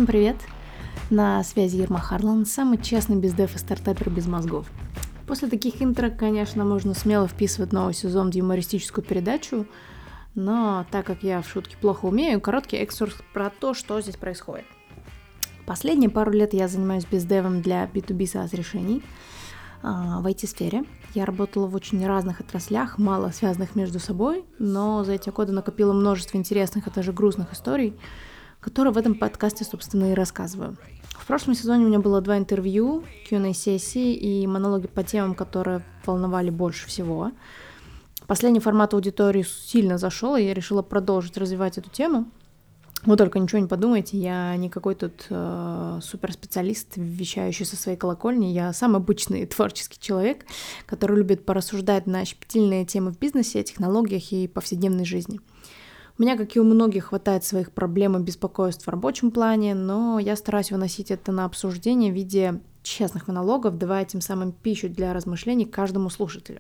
Всем привет! На связи Ирма Харлан, самый честный бездев и стартапер без мозгов. После таких интро, конечно, можно смело вписывать новый сезон в юмористическую передачу, но так как я в шутки плохо умею, короткий экскурс про то, что здесь происходит. Последние пару лет я занимаюсь бездевом для B2B SaaS-решений в IT-сфере. Я работала в очень разных отраслях, мало связанных между собой, но за эти годы накопила множество интересных и даже грустных историй, которые в этом подкасте, собственно, и рассказываю. В прошлом сезоне у меня было 2 интервью, Q&A-сессии и монологи по темам, которые волновали больше всего. Последний формат аудитории сильно зашел, и я решила продолжить развивать эту тему. Вы только ничего не подумайте, я не какой тут суперспециалист, вещающий со своей колокольни. Я сам обычный творческий человек, который любит порассуждать на щепетильные темы в бизнесе, технологиях и повседневной жизни. У меня, как и у многих, хватает своих проблем и беспокойств в рабочем плане, но я стараюсь выносить это на обсуждение в виде честных монологов, давая тем самым пищу для размышлений каждому слушателю.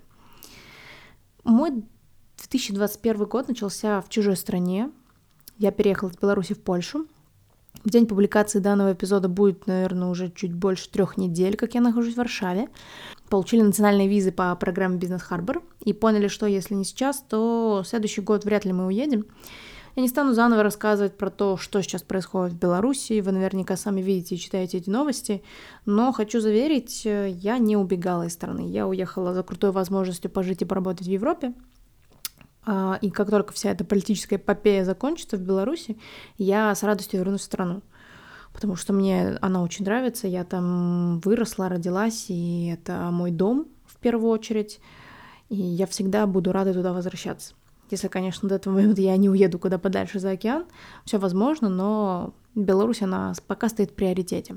Мой 2021 год начался в чужой стране. Я переехала из Беларуси в Польшу. В день публикации данного эпизода будет, наверное, уже чуть больше 3 недель, как я нахожусь в Варшаве. Получили национальные визы по программе Business Harbor и поняли, что если не сейчас, то следующий год вряд ли мы уедем. Я не стану заново рассказывать про то, что сейчас происходит в Беларуси. Вы наверняка сами видите и читаете эти новости. Но хочу заверить, я не убегала из страны. Я уехала за крутой возможностью пожить и поработать в Европе. И как только вся эта политическая эпопея закончится в Беларуси, я с радостью вернусь в страну. Потому что мне она очень нравится, я там выросла, родилась, и это мой дом в первую очередь, и я всегда буду рада туда возвращаться. Если, конечно, до этого момента я не уеду куда подальше за океан, все возможно, но Беларусь, она пока стоит в приоритете.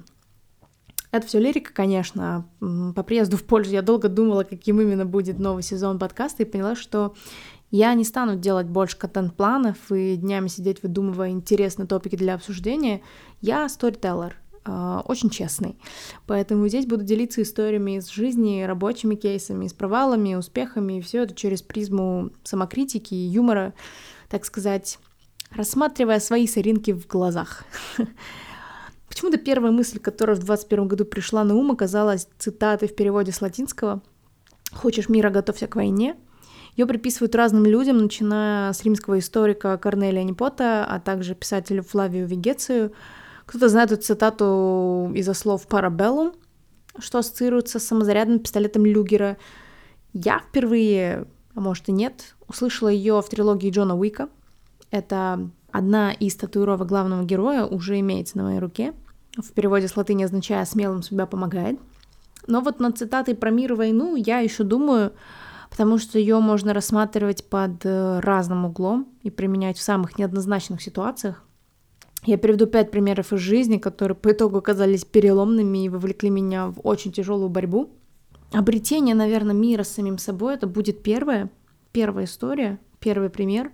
Это все лирика, конечно. По приезду в Польшу я долго думала, каким именно будет новый сезон подкаста, и поняла, что я не стану делать больше контент-планов и днями сидеть, выдумывая интересные топики для обсуждения. Я сторителлер, очень честный. Поэтому здесь буду делиться историями из жизни, рабочими кейсами, с провалами, успехами, и все это через призму самокритики и юмора, так сказать, рассматривая свои соринки в глазах. Почему-то первая мысль, которая в 2021 году пришла на ум, оказалась цитатой в переводе с латинского «Хочешь мира, готовься к войне». Ее приписывают разным людям, начиная с римского историка Корнелия Непота, а также писателю Флавию Вегецию. Кто-то знает эту цитату из-за слов «парабеллум», что ассоциируется с самозарядным пистолетом Люгера. Я впервые, а может и нет, услышала ее в трилогии Джона Уика. Это одна из татуировок главного героя, уже имеется на моей руке. В переводе с латыни означает «смелым судьба помогает». Но вот над цитатой про мир и войну я еще думаю, потому что ее можно рассматривать под разным углом и применять в самых неоднозначных ситуациях. Я приведу 5 примеров из жизни, которые по итогу оказались переломными и вовлекли меня в очень тяжелую борьбу. Обретение, наверное, мира с самим собой — это будет первая история, первый пример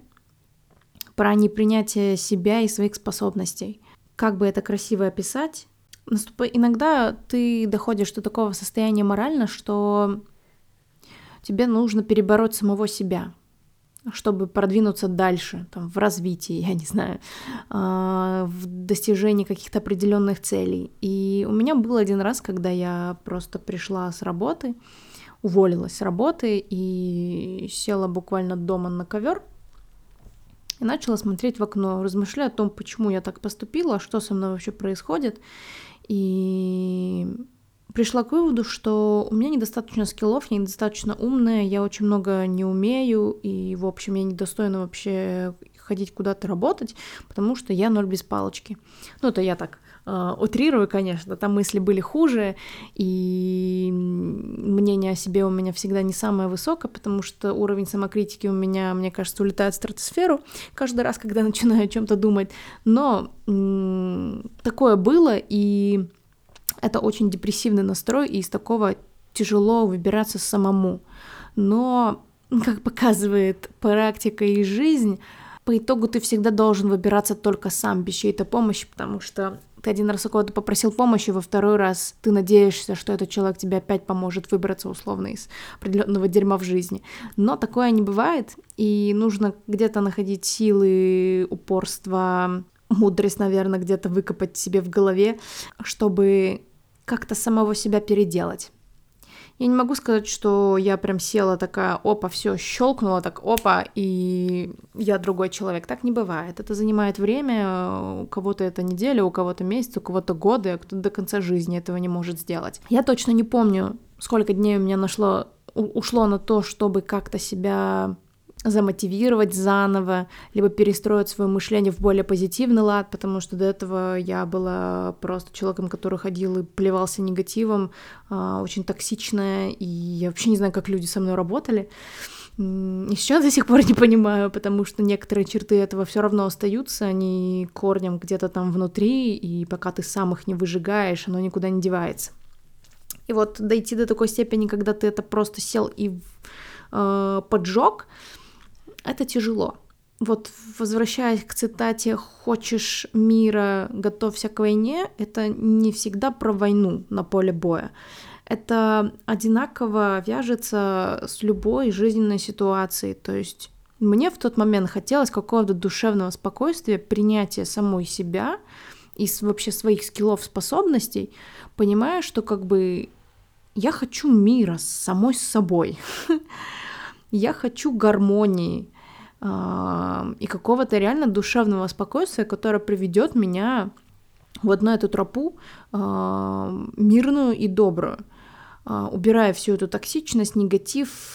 про непринятие себя и своих способностей. Как бы это красиво описать? Иногда ты доходишь до такого состояния морально, что тебе нужно перебороть самого себя, чтобы продвинуться дальше, там, в развитии, я не знаю, в достижении каких-то определенных целей. И у меня был один раз, когда я просто пришла с работы, уволилась с работы и села буквально дома на ковер и начала смотреть в окно, размышляя о том, почему я так поступила, что со мной вообще происходит. И пришла к выводу, что у меня недостаточно скиллов, я недостаточно умная, я очень много не умею, и, в общем, я недостойна вообще ходить куда-то работать, потому что я ноль без палочки. Ну, это я так утрирую, конечно, там мысли были хуже, и мнение о себе у меня всегда не самое высокое, потому что уровень самокритики у меня, мне кажется, улетает в стратосферу каждый раз, когда начинаю о чем-то думать. Но такое было, и это очень депрессивный настрой, и из такого тяжело выбираться самому. Но, как показывает практика и жизнь, по итогу ты всегда должен выбираться только сам, без чьей-то помощи, потому что ты один раз у кого-то попросил помощи, во второй раз ты надеешься, что этот человек тебе опять поможет выбраться условно из определенного дерьма в жизни. Но такое не бывает, и нужно где-то находить силы, упорство, мудрость, наверное, где-то выкопать себе в голове, чтобы как-то самого себя переделать. Я не могу сказать, что я прям села такая, опа, все щелкнула, так опа, и я другой человек. Так не бывает. Это занимает время, у кого-то это неделя, у кого-то месяц, у кого-то годы, а кто-то до конца жизни этого не может сделать. Я точно не помню, сколько дней у меня ушло на то, чтобы как-то себя замотивировать заново, либо перестроить свое мышление в более позитивный лад, потому что до этого я была просто человеком, который ходил и плевался негативом, очень токсичная, и я вообще не знаю, как люди со мной работали. И сейчас до сих пор не понимаю, потому что некоторые черты этого все равно остаются, они корнем где-то там внутри, и пока ты сам их не выжигаешь, оно никуда не девается. И вот дойти до такой степени, когда ты это просто сел и поджег, это тяжело. Вот возвращаясь к цитате «хочешь мира, готовься к войне», это не всегда про войну на поле боя. Это одинаково вяжется с любой жизненной ситуацией. То есть мне в тот момент хотелось какого-то душевного спокойствия, принятия самой себя и вообще своих скиллов, способностей, понимая, что как бы я хочу мира с самой собой. Я хочу гармонии и какого-то реально душевного спокойствия, которое приведет меня вот на эту тропу мирную и добрую, убирая всю эту токсичность, негатив,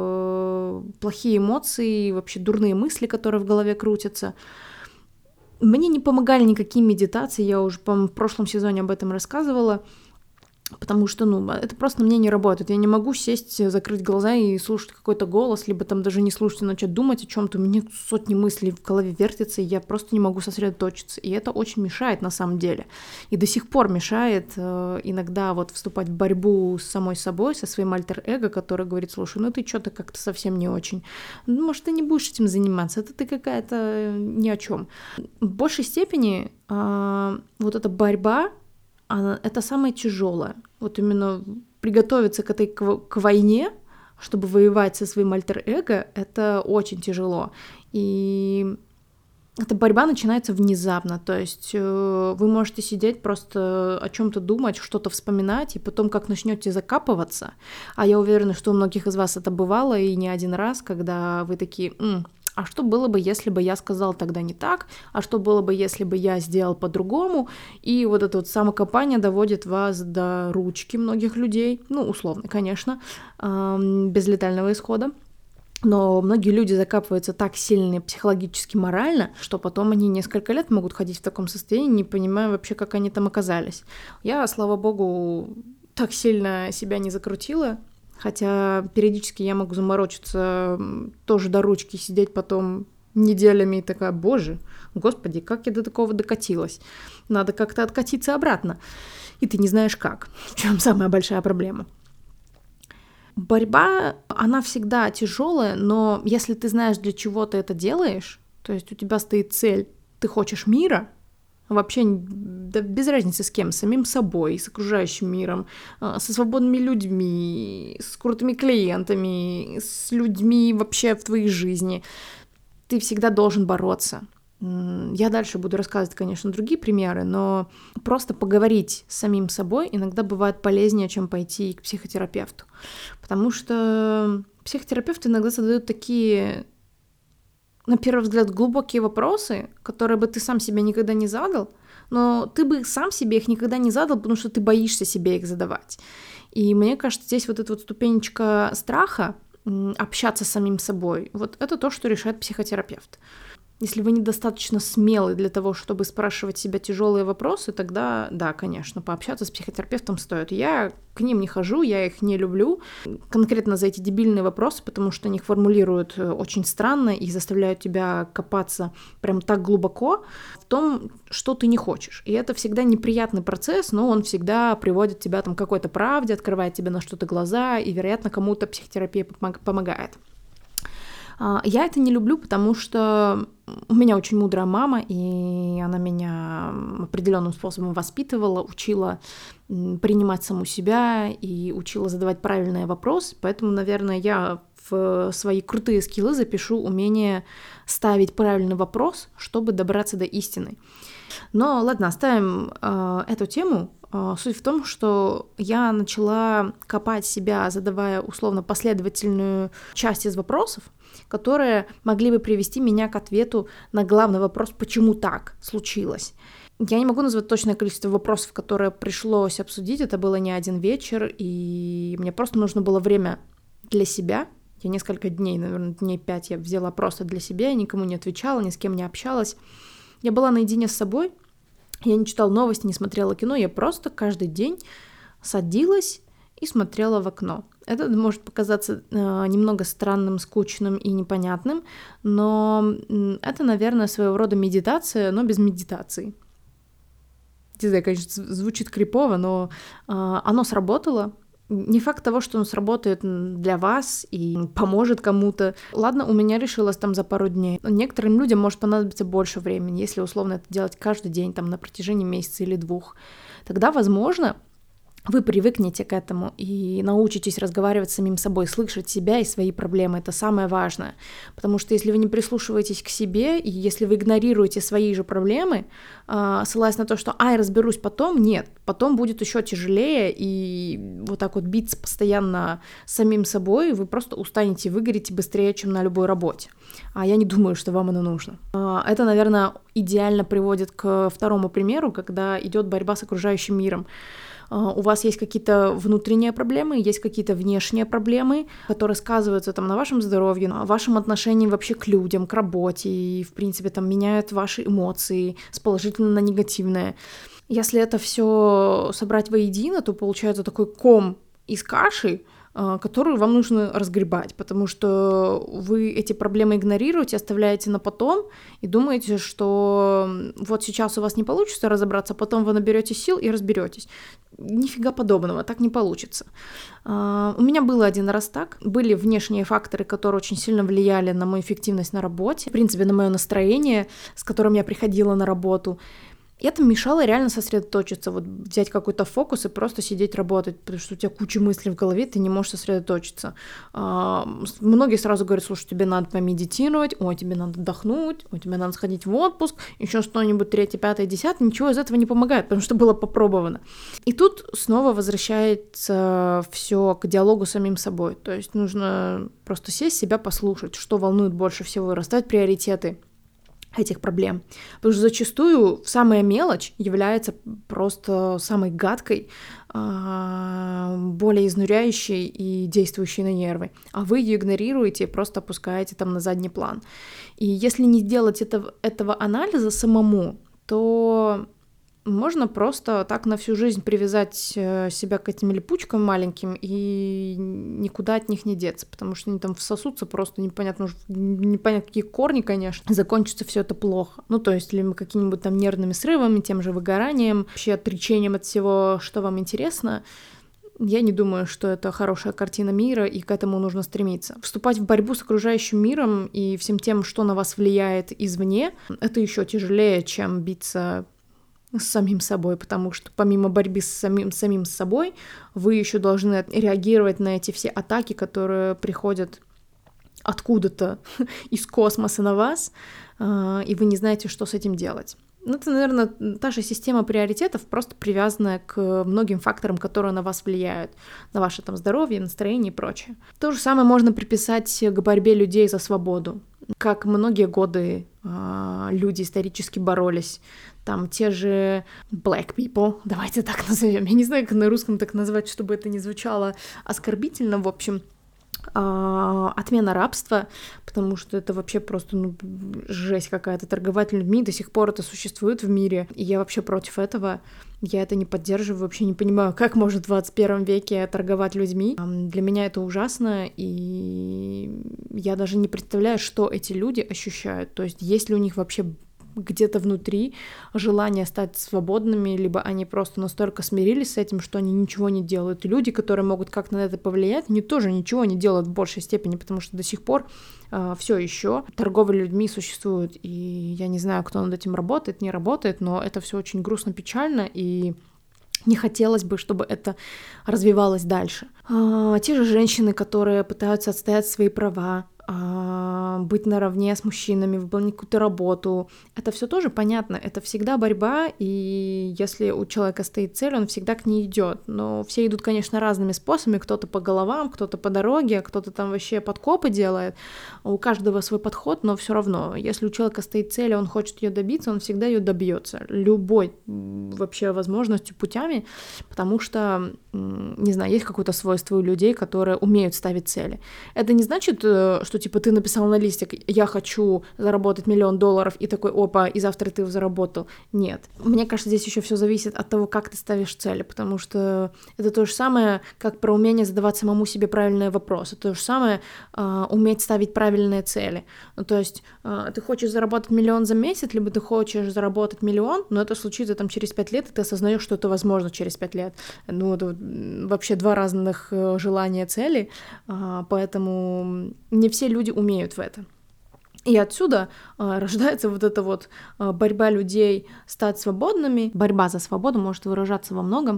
плохие эмоции, вообще дурные мысли, которые в голове крутятся. Мне не помогали никакие медитации, я уже, по-моему, в прошлом сезоне об этом рассказывала, потому что, это просто на мне не работает. Я не могу сесть, закрыть глаза и слушать какой-то голос, либо там даже не слушать и начать думать о чем-то. У меня сотни мыслей в голове вертятся, и я просто не могу сосредоточиться. И это очень мешает на самом деле. И до сих пор мешает иногда вот вступать в борьбу с самой собой, со своим альтер-эго, который говорит: слушай, ты что-то как-то совсем не очень. Может, ты не будешь этим заниматься, это ты какая-то ни о чем. В большей степени вот эта борьба, это самое тяжелое. Вот именно приготовиться к войне, чтобы воевать со своим альтер-эго, это очень тяжело. И эта борьба начинается внезапно. То есть вы можете сидеть, просто о чем-то думать, что-то вспоминать, и потом как начнете закапываться. А я уверена, что у многих из вас это бывало, и не один раз, когда вы такие: а что было бы, если бы я сказал тогда не так? А что было бы, если бы я сделал по-другому? И вот это вот самокопание доводит вас до ручки многих людей. Условно, конечно, без летального исхода. Но многие люди закапываются так сильно психологически, морально, что потом они несколько лет могут ходить в таком состоянии, не понимая вообще, как они там оказались. Я, слава богу, так сильно себя не закрутила. Хотя периодически я могу заморочиться тоже до ручки, сидеть потом неделями и такая: боже, господи, как я до такого докатилась. Надо как-то откатиться обратно. И ты не знаешь как. В чем самая большая проблема? Борьба, она всегда тяжелая, но если ты знаешь, для чего ты это делаешь, то есть у тебя стоит цель, ты хочешь мира, вообще да без разницы с кем, с самим собой, с окружающим миром, со свободными людьми, с крутыми клиентами, с людьми вообще в твоей жизни. Ты всегда должен бороться. Я дальше буду рассказывать, конечно, другие примеры, но просто поговорить с самим собой иногда бывает полезнее, чем пойти к психотерапевту. Потому что психотерапевты иногда задают такие, на первый взгляд, глубокие вопросы, которые бы ты сам себе никогда не задал, но ты бы сам себе их никогда не задал, потому что ты боишься себе их задавать. И мне кажется, здесь вот эта вот ступенечка страха общаться с самим собой, вот это то, что решает психотерапевт. Если вы недостаточно смелы для того, чтобы спрашивать себя тяжелые вопросы, тогда, да, конечно, пообщаться с психотерапевтом стоит. Я к ним не хожу, я их не люблю, конкретно за эти дебильные вопросы, потому что они их формулируют очень странно и заставляют тебя копаться прям так глубоко в том, что ты не хочешь. И это всегда неприятный процесс, но он всегда приводит тебя там к какой-то правде, открывает тебе на что-то глаза, и, вероятно, кому-то психотерапия помогает. Я это не люблю, потому что у меня очень мудрая мама, и она меня определенным способом воспитывала, учила принимать саму себя и учила задавать правильные вопросы. Поэтому, наверное, я в свои крутые скиллы запишу умение ставить правильный вопрос, чтобы добраться до истины. Но ладно, оставим эту тему. Суть в том, что я начала копать себя, задавая условно последовательную часть из вопросов, которые могли бы привести меня к ответу на главный вопрос, почему так случилось. Я не могу назвать точное количество вопросов, которые пришлось обсудить. Это было не один вечер, и мне просто нужно было время для себя. Я несколько дней, наверное, дней 5 я взяла просто для себя, я никому не отвечала, ни с кем не общалась. Я была наедине с собой, я не читала новости, не смотрела кино, я просто каждый день садилась и смотрела в окно. Это может показаться немного странным, скучным и непонятным, но это, наверное, своего рода медитация, но без медитации. Не знаю, конечно, звучит крипово, но оно сработало. Не факт того, что он сработает для вас и поможет кому-то. Ладно, у меня решилось там за пару дней. Некоторым людям может понадобиться больше времени, если условно это делать каждый день, там, на протяжении месяца или 2. Тогда, возможно, вы привыкнете к этому и научитесь разговаривать с самим собой, слышать себя и свои проблемы. Это самое важное. Потому что если вы не прислушиваетесь к себе, и если вы игнорируете свои же проблемы, ссылаясь на то, что «ай, разберусь потом», нет, потом будет еще тяжелее, и вот так вот биться постоянно с самим собой, вы просто устанете, выгорите быстрее, чем на любой работе. А я не думаю, что вам оно нужно. Это, наверное, идеально приводит к второму примеру, когда идет борьба с окружающим миром. У вас есть какие-то внутренние проблемы, есть какие-то внешние проблемы, которые сказываются там на вашем здоровье, на вашем отношении вообще к людям, к работе, и, в принципе, там меняют ваши эмоции с положительного на негативное. Если это все собрать воедино, то получается такой ком из каши, которую вам нужно разгребать, потому что вы эти проблемы игнорируете, оставляете на потом и думаете, что вот сейчас у вас не получится разобраться, потом вы наберете сил и разберетесь. Нифига подобного, так не получится. У меня было один раз так. Были внешние факторы, которые очень сильно влияли на мою эффективность на работе, в принципе, на мое настроение, с которым я приходила на работу. И это мешало реально сосредоточиться, вот взять какой-то фокус и просто сидеть работать, потому что у тебя куча мыслей в голове, ты не можешь сосредоточиться. Многие сразу говорят, слушай, тебе надо помедитировать, ой, тебе надо отдохнуть, ой, тебе надо сходить в отпуск, еще что-нибудь 3, 5, 10, ничего из этого не помогает, потому что было попробовано. И тут снова возвращается все к диалогу с самим собой, то есть нужно просто сесть, себя послушать, что волнует больше всего, и расставить приоритеты этих проблем. Потому что зачастую самая мелочь является просто самой гадкой, более изнуряющей и действующей на нервы. А вы ее игнорируете и просто опускаете там на задний план. И если не делать этого анализа самому, то можно просто так на всю жизнь привязать себя к этим липучкам маленьким и никуда от них не деться, потому что они там всосутся просто непонятно какие корни, конечно, закончится все это плохо. Ну, то есть, или какими-нибудь там нервными срывами, тем же выгоранием, вообще отречением от всего, что вам интересно. Я не думаю, что это хорошая картина мира, и к этому нужно стремиться. Вступать в борьбу с окружающим миром и всем тем, что на вас влияет извне, это еще тяжелее, чем биться с самим собой, потому что помимо борьбы с самим собой, вы еще должны реагировать на эти все атаки, которые приходят откуда-то из космоса на вас, и вы не знаете, что с этим делать. Это, наверное, та же система приоритетов, просто привязанная к многим факторам, которые на вас влияют, на ваше там здоровье, настроение и прочее. То же самое можно приписать к борьбе людей за свободу. Как многие годы люди исторически боролись. Там те же black people, давайте так назовем. Я не знаю, как на русском так назвать, чтобы это не звучало оскорбительно. В общем, отмена рабства, потому что это вообще просто жесть какая-то. Торговать людьми до сих пор это существует в мире, и я вообще против этого. Я это не поддерживаю, вообще не понимаю, как может в 21 веке торговать людьми. Для меня это ужасно, и я даже не представляю, что эти люди ощущают. То есть есть ли у них вообще где-то внутри желание стать свободными, либо они просто настолько смирились с этим, что они ничего не делают. И люди, которые могут как-то на это повлиять, они тоже ничего не делают в большей степени, потому что до сих пор все еще торговля людьми существует. И я не знаю, кто над этим работает, не работает, но это все очень грустно, печально, и не хотелось бы, чтобы это развивалось дальше. Те же женщины, которые пытаются отстоять свои права, быть наравне с мужчинами, выполнить какую-то работу. Это все тоже понятно, это всегда борьба, и если у человека стоит цель, он всегда к ней идет. Но все идут, конечно, разными способами, кто-то по головам, кто-то по дороге, кто-то там вообще подкопы делает. У каждого свой подход, но все равно, если у человека стоит цель, и он хочет ее добиться, он всегда ее добьется любой вообще возможностью, путями, потому что, не знаю, есть какое-то свойство у людей, которые умеют ставить цели. Это не значит, что типа ты написал на листик: я хочу заработать $1 миллион, и такой опа, и завтра ты его заработал. Нет. Мне кажется, здесь еще все зависит от того, как ты ставишь цели, потому что это то же самое, как про умение задавать самому себе правильные вопросы, то же самое уметь ставить правильные цели. Ну, то есть ты хочешь заработать 1 миллион за месяц, либо ты хочешь заработать 1 миллион, но это случится там через 5 лет, и ты осознаешь, что это возможно через 5 лет. Ну, это вообще два разных желания, цели, поэтому не все люди умеют в это. И отсюда рождается вот эта вот борьба людей стать свободными. Борьба за свободу может выражаться во многом.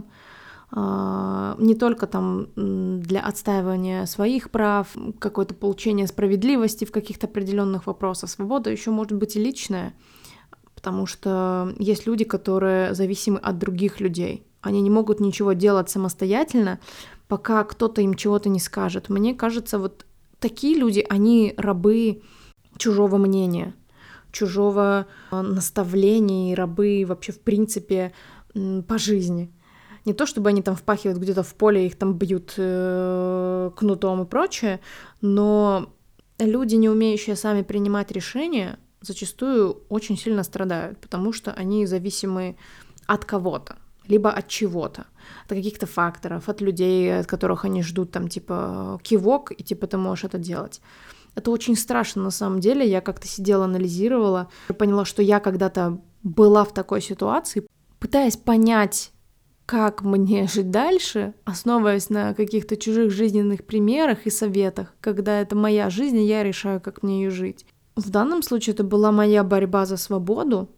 Не только там для отстаивания своих прав, какое-то получение справедливости в каких-то определенных вопросах. Свобода еще может быть и личная, потому что есть люди, которые зависимы от других людей. Они не могут ничего делать самостоятельно, пока кто-то им чего-то не скажет. Мне кажется, вот такие люди, они рабы чужого мнения, чужого наставления, рабы вообще в принципе по жизни. Не то, чтобы они там впахивают где-то в поле, их там бьют кнутом и прочее, но люди, не умеющие сами принимать решения, зачастую очень сильно страдают, потому что они зависимы от кого-то, либо от чего-то, от каких-то факторов, от людей, от которых они ждут там типа кивок, и типа ты можешь это делать. Это очень страшно на самом деле. Я как-то сидела, анализировала, поняла, что я когда-то была в такой ситуации, пытаясь понять, как мне жить дальше, основываясь на каких-то чужих жизненных примерах и советах, когда это моя жизнь, и я решаю, как мне ее жить. В данном случае это была моя борьба за свободу,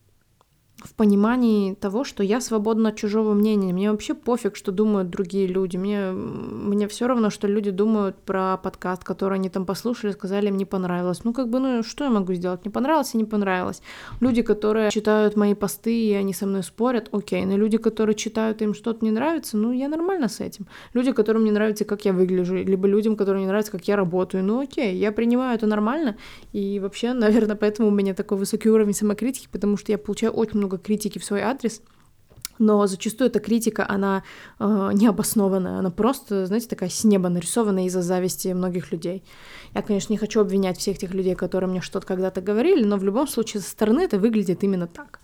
в понимании того, что я свободна от чужого мнения. Мне вообще пофиг, что думают другие люди. Мне все равно, что люди думают про подкаст, который они там послушали, сказали, им не понравилось. Ну, как бы, ну, что я могу сделать? Не понравилось и не понравилось. Люди, которые читают мои посты, и они со мной спорят, окей. Но люди, которые читают, им что-то не нравится, ну, я нормально с этим. Люди, которым не нравится, как я выгляжу, либо людям, которым не нравится, как я работаю, ну, окей, я принимаю это нормально. И вообще, наверное, поэтому у меня такой высокий уровень самокритики, потому что я получаю очень много критики в свой адрес, но зачастую эта критика, она необоснованная, она просто, знаете, такая с неба нарисованная из-за зависти многих людей. Я, конечно, не хочу обвинять всех тех людей, которые мне что-то когда-то говорили, но в любом случае со стороны это выглядит именно так.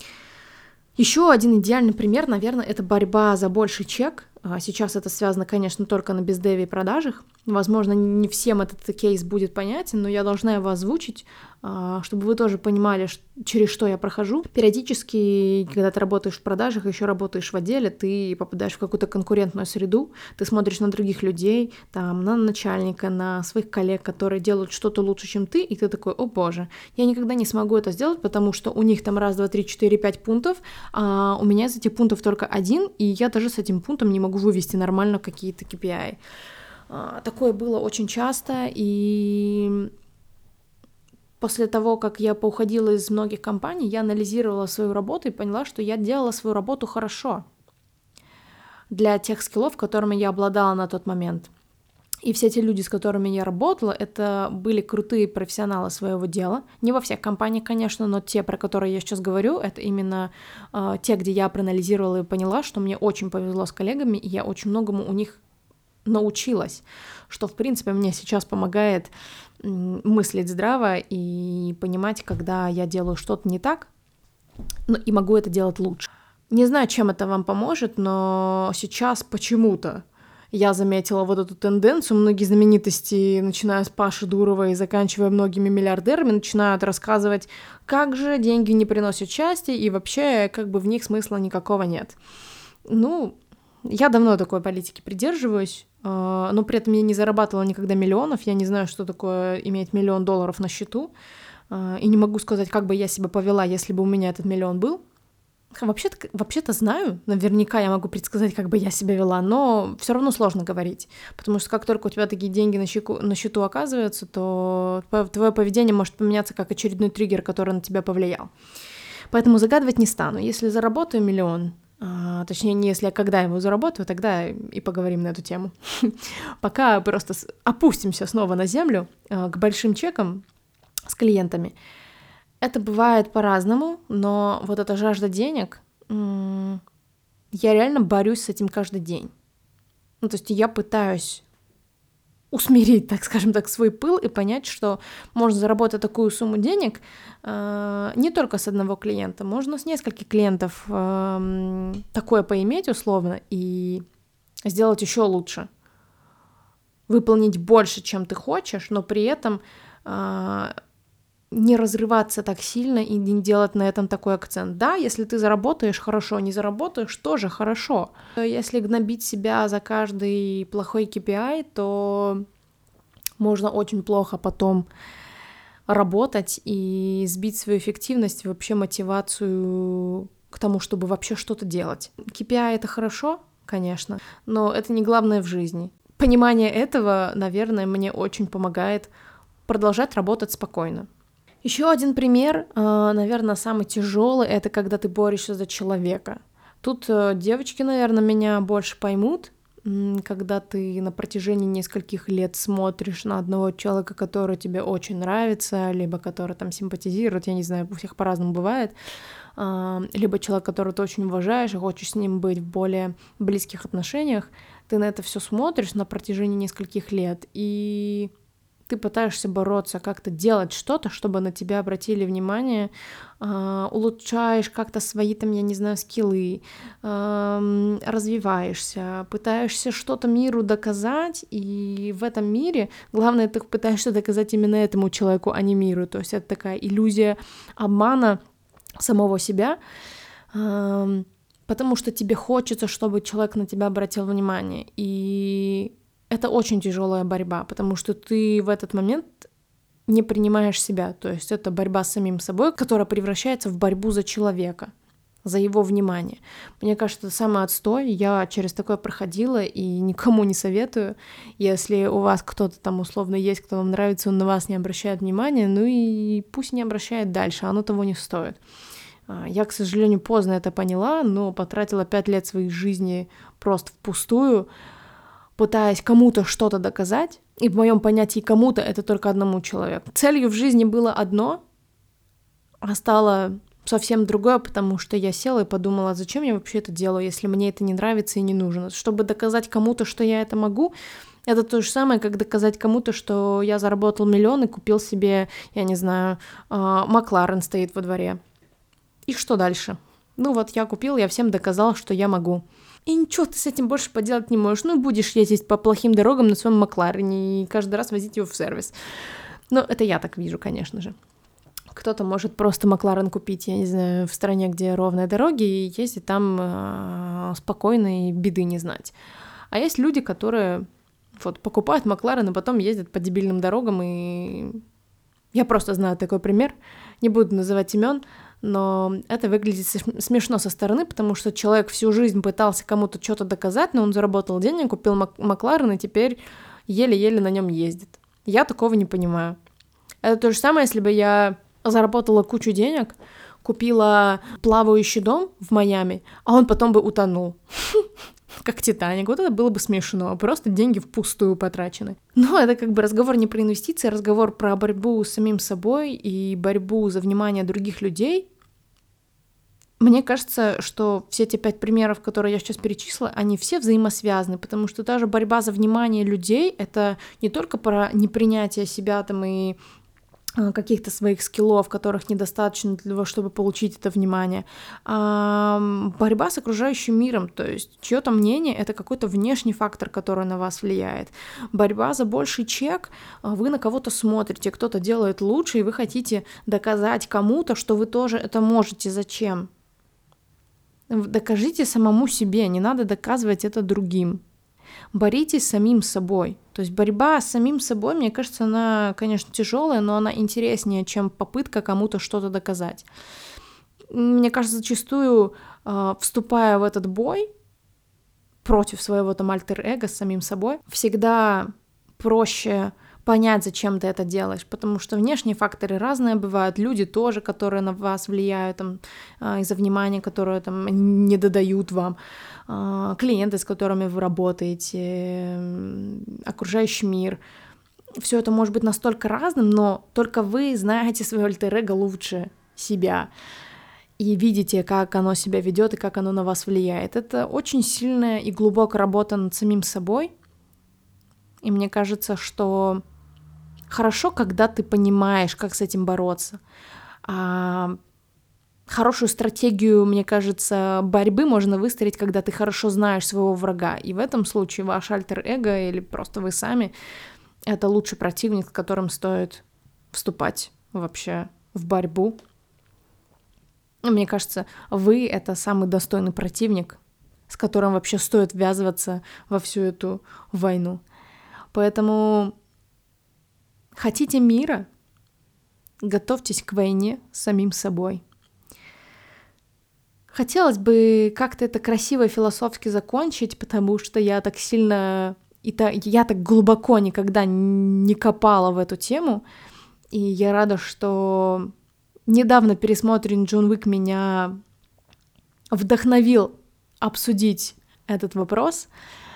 Еще один идеальный пример, наверное, это борьба за больший чек. Сейчас это связано, конечно, только на бездеве и продажах. Возможно, не всем этот кейс будет понятен, но я должна его озвучить, чтобы вы тоже понимали, через что я прохожу. Периодически, когда ты работаешь в продажах, еще работаешь в отделе, ты попадаешь в какую-то конкурентную среду, ты смотришь на других людей, там, на начальника, на своих коллег, которые делают что-то лучше, чем ты, и ты такой: о боже, я никогда не смогу это сделать, потому что у них там 1, 2, 3, 4, 5 пунктов, а у меня из этих пунктов только 1, и я даже с этим пунктом не могу вывести нормально какие-то KPI. Такое было очень часто, и после того, как я поуходила из многих компаний, я анализировала свою работу и поняла, что я делала свою работу хорошо для тех скиллов, которыми я обладала на тот момент. И все те люди, с которыми я работала, это были крутые профессионалы своего дела. Не во всех компаниях, конечно, но те, про которые я сейчас говорю, это именно те, где я проанализировала и поняла, что мне очень повезло с коллегами, и я очень многому у них научилась, что, в принципе, мне сейчас помогает мыслить здраво и понимать, когда я делаю что-то не так, и могу это делать лучше. Не знаю, чем это вам поможет, но сейчас почему-то я заметила вот эту тенденцию. Многие знаменитости, начиная с Паши Дуровой и заканчивая многими миллиардерами, начинают рассказывать, как же деньги не приносят счастья, и вообще как бы в них смысла никакого нет. Ну, я давно такой политики придерживаюсь, но при этом я не зарабатывала никогда миллионов, я не знаю, что такое иметь $1 000 000 на счету, и не могу сказать, как бы я себя повела, если бы у меня этот миллион был. Вообще-то знаю, наверняка я могу предсказать, как бы я себя вела, но все равно сложно говорить, потому что как только у тебя такие деньги на счету оказываются, то твое поведение может поменяться как очередной триггер, который на тебя повлиял. Поэтому загадывать не стану. Если заработаю миллион, точнее, не если, а когда я его заработаю, тогда и поговорим на эту тему. Пока просто опустимся снова на землю к большим чекам с клиентами. Это бывает по-разному, но вот эта жажда денег, я реально борюсь с этим каждый день. Ну, то есть я пытаюсь усмирить, так скажем так, свой пыл и понять, что можно заработать такую сумму денег не только с одного клиента, можно с нескольких клиентов такое поиметь условно и сделать еще лучше. Выполнить больше, чем ты хочешь, но при этом не разрываться так сильно и не делать на этом такой акцент. Да, если ты заработаешь хорошо, не заработаешь, тоже хорошо. Если гнобить себя за каждый плохой KPI, то можно очень плохо потом работать и сбить свою эффективность, вообще мотивацию к тому, чтобы вообще что-то делать. KPI — это хорошо, конечно, но это не главное в жизни. Понимание этого, наверное, мне очень помогает продолжать работать спокойно. Еще один пример, наверное, самый тяжелый, это когда ты борешься за человека. Тут девочки, наверное, меня больше поймут, когда ты на протяжении нескольких лет смотришь на одного человека, который тебе очень нравится, либо который там симпатизирует, я не знаю, у всех по-разному бывает, либо человек, которого ты очень уважаешь и хочешь с ним быть в более близких отношениях, ты на это все смотришь на протяжении нескольких лет, и ты пытаешься бороться, как-то делать что-то, чтобы на тебя обратили внимание, улучшаешь как-то свои, там, я не знаю, скиллы, развиваешься, пытаешься что-то миру доказать, и в этом мире, главное, ты пытаешься доказать именно этому человеку, а не миру, то есть это такая иллюзия обмана самого себя, потому что тебе хочется, чтобы человек на тебя обратил внимание, и это очень тяжелая борьба, потому что ты в этот момент не принимаешь себя. То есть это борьба с самим собой, которая превращается в борьбу за человека, за его внимание. Мне кажется, это самый отстой. Я через такое проходила и никому не советую. Если у вас кто-то там условно есть, кто вам нравится, он на вас не обращает внимания, ну и пусть не обращает дальше, оно того не стоит. Я, к сожалению, поздно это поняла, но потратила 5 лет своей жизни просто впустую, пытаясь кому-то что-то доказать, и в моем понятии кому-то это только одному человеку. Целью в жизни было одно, а стало совсем другое, потому что я села и подумала, зачем я вообще это делаю, если мне это не нравится и не нужно. Чтобы доказать кому-то, что я это могу, это то же самое, как доказать кому-то, что я заработал 1 000 000 и купил себе, я не знаю, Макларен стоит во дворе. И что дальше? Ну вот я купил, я всем доказал, что я могу. И ничего ты с этим больше поделать не можешь. Ну, будешь ездить по плохим дорогам на своем Макларене и каждый раз возить его в сервис. Но это я так вижу, конечно же. Кто-то может просто Макларен купить, я не знаю, в стране, где ровные дороги, и ездить там спокойно и беды не знать. А есть люди, которые вот покупают Макларен, и потом ездят по дебильным дорогам, и я просто знаю такой пример. Не буду называть имен, но это выглядит смешно со стороны, потому что человек всю жизнь пытался кому-то что-то доказать, но он заработал денег, купил Макларен и теперь еле-еле на нем ездит. Я такого не понимаю. Это то же самое, если бы я заработала кучу денег, купила плавающий дом в Майами, а он потом бы утонул. Как Титаник. Вот это было бы смешно. Просто деньги впустую потрачены. Но это как бы разговор не про инвестиции, а разговор про борьбу с самим собой и борьбу за внимание других людей. Мне кажется, что все эти 5 примеров, которые я сейчас перечислила, они все взаимосвязаны, потому что даже борьба за внимание людей — это не только про непринятие себя там и каких-то своих скиллов, которых недостаточно для того, чтобы получить это внимание. Борьба с окружающим миром, то есть чьё-то мнение — это какой-то внешний фактор, который на вас влияет. Борьба за больший чек, вы на кого-то смотрите, кто-то делает лучше, и вы хотите доказать кому-то, что вы тоже это можете. Зачем? Докажите самому себе, не надо доказывать это другим. Боритесь с самим собой. То есть борьба с самим собой, мне кажется, она, конечно, тяжелая, но она интереснее, чем попытка кому-то что-то доказать. Мне кажется, зачастую, вступая в этот бой против своего там альтер-эго с самим собой, всегда проще понять, зачем ты это делаешь, потому что внешние факторы разные бывают, люди тоже, которые на вас влияют там, из-за внимания, которое там не додают вам, клиенты, с которыми вы работаете, окружающий мир. Все это может быть настолько разным, но только вы знаете свое альтер-эго лучше себя и видите, как оно себя ведет и как оно на вас влияет. Это очень сильная и глубокая работа над самим собой, и мне кажется, что хорошо, когда ты понимаешь, как с этим бороться. Хорошую стратегию, мне кажется, борьбы можно выстроить, когда ты хорошо знаешь своего врага. И в этом случае ваш альтер-эго или просто вы сами — это лучший противник, с которым стоит вступать вообще в борьбу. Мне кажется, вы — это самый достойный противник, с которым вообще стоит ввязываться во всю эту войну. Поэтому хотите мира? Готовьтесь к войне с самим собой. Хотелось бы как-то это красиво и философски закончить, потому что я так сильно, я так глубоко никогда не копала в эту тему, и я рада, что недавно пересмотренный Джон Уик меня вдохновил обсудить этот вопрос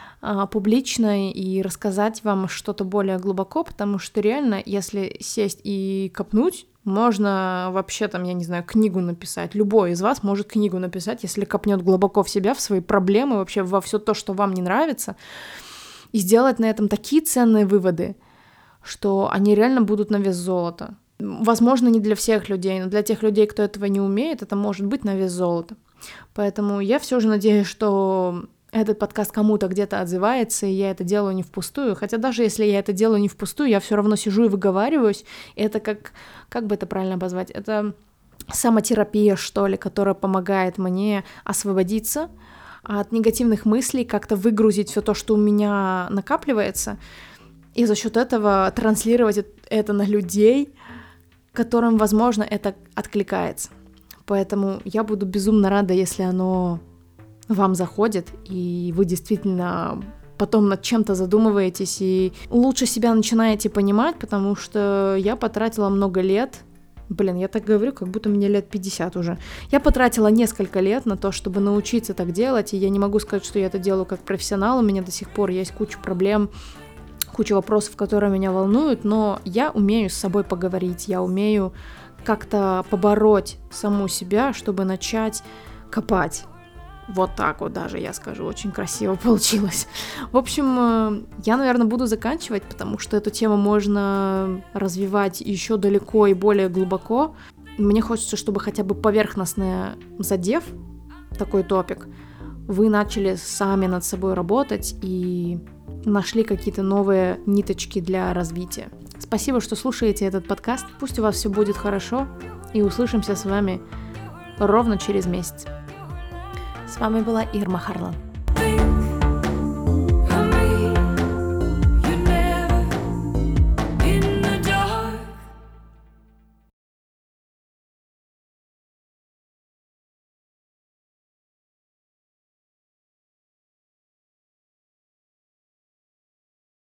публично и рассказать вам что-то более глубоко, потому что реально, если сесть и копнуть, можно вообще там, я не знаю, книгу написать. Любой из вас может книгу написать, если копнет глубоко в себя, в свои проблемы, вообще во все то, что вам не нравится, и сделать на этом такие ценные выводы, что они реально будут на вес золота. Возможно, не для всех людей, но для тех людей, кто этого не умеет, это может быть на вес золота. Поэтому я все же надеюсь, что этот подкаст кому-то где-то отзывается, и я это делаю не впустую. Хотя даже если я это делаю не впустую, я все равно сижу и выговариваюсь. И это как бы это правильно обозвать? Это самотерапия, что ли, которая помогает мне освободиться от негативных мыслей, как-то выгрузить все то, что у меня накапливается, и за счет этого транслировать это на людей, которым, возможно, это откликается. Поэтому я буду безумно рада, если оно вам заходит, и вы действительно потом над чем-то задумываетесь и лучше себя начинаете понимать, потому что я потратила много лет, я так говорю, как будто мне лет 50 уже. Я потратила несколько лет на то, чтобы научиться так делать, и я не могу сказать, что я это делаю как профессионал, у меня до сих пор есть куча проблем, куча вопросов, которые меня волнуют, но я умею с собой поговорить, я умею как-то побороть саму себя, чтобы начать копать. Вот так вот даже, я скажу, очень красиво получилось. В общем, я, наверное, буду заканчивать, потому что эту тему можно развивать еще далеко и более глубоко. Мне хочется, чтобы хотя бы поверхностно задев такой топик, вы начали сами над собой работать и нашли какие-то новые ниточки для развития. Спасибо, что слушаете этот подкаст. Пусть у вас все будет хорошо, и услышимся с вами ровно через месяц. С вами была Ирма Харлан.